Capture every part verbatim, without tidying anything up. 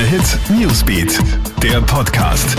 Hit Newsbeat, der Podcast.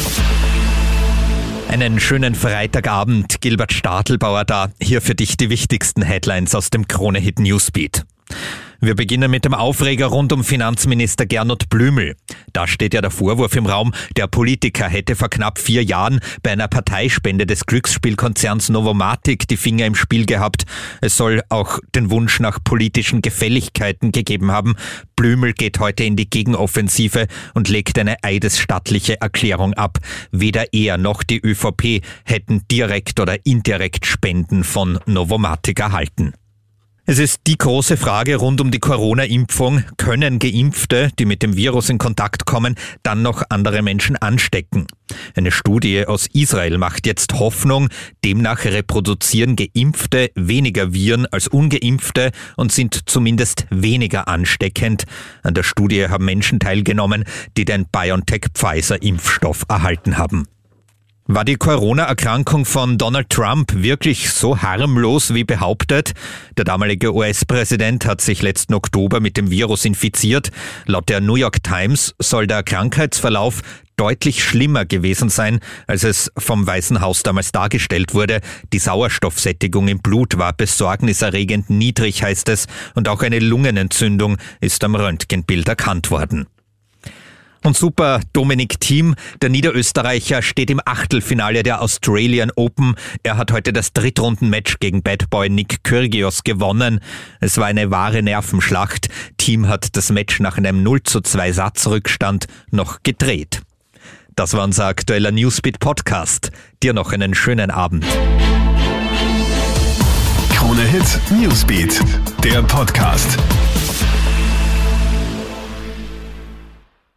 Einen schönen Freitagabend, Gilbert Stadelbauer da. Hier für dich die wichtigsten Headlines aus dem Krone Hit Newsbeat. Wir beginnen mit dem Aufreger rund um Finanzminister Gernot Blümel. Da steht ja der Vorwurf im Raum, der Politiker hätte vor knapp vier Jahren bei einer Parteispende des Glücksspielkonzerns Novomatic die Finger im Spiel gehabt. Es soll auch den Wunsch nach politischen Gefälligkeiten gegeben haben. Blümel geht heute in die Gegenoffensive und legt eine eidesstattliche Erklärung ab. Weder er noch die ÖVP hätten direkt oder indirekt Spenden von Novomatic erhalten. Es ist die große Frage rund um die Corona-Impfung. Können Geimpfte, die mit dem Virus in Kontakt kommen, dann noch andere Menschen anstecken? Eine Studie aus Israel macht jetzt Hoffnung. Demnach reproduzieren Geimpfte weniger Viren als Ungeimpfte und sind zumindest weniger ansteckend. An der Studie haben Menschen teilgenommen, die den BioNTech-Pfizer-Impfstoff erhalten haben. War die Corona-Erkrankung von Donald Trump wirklich so harmlos wie behauptet? Der damalige U S-Präsident hat sich letzten Oktober mit dem Virus infiziert. Laut der New York Times soll der Krankheitsverlauf deutlich schlimmer gewesen sein, als es vom Weißen Haus damals dargestellt wurde. Die Sauerstoffsättigung im Blut war besorgniserregend niedrig, heißt es, und auch eine Lungenentzündung ist am Röntgenbild erkannt worden. Und Super Dominic Thiem, der Niederösterreicher, steht im Achtelfinale der Australian Open. Er hat heute das Drittrundenmatch gegen Bad Boy Nick Kyrgios gewonnen. Es war eine wahre Nervenschlacht. Thiem hat das Match nach einem null zu zwei Satzrückstand noch gedreht. Das war unser aktueller Newsbeat Podcast. Dir noch einen schönen Abend. Krone Hit Newsbeat, der Podcast.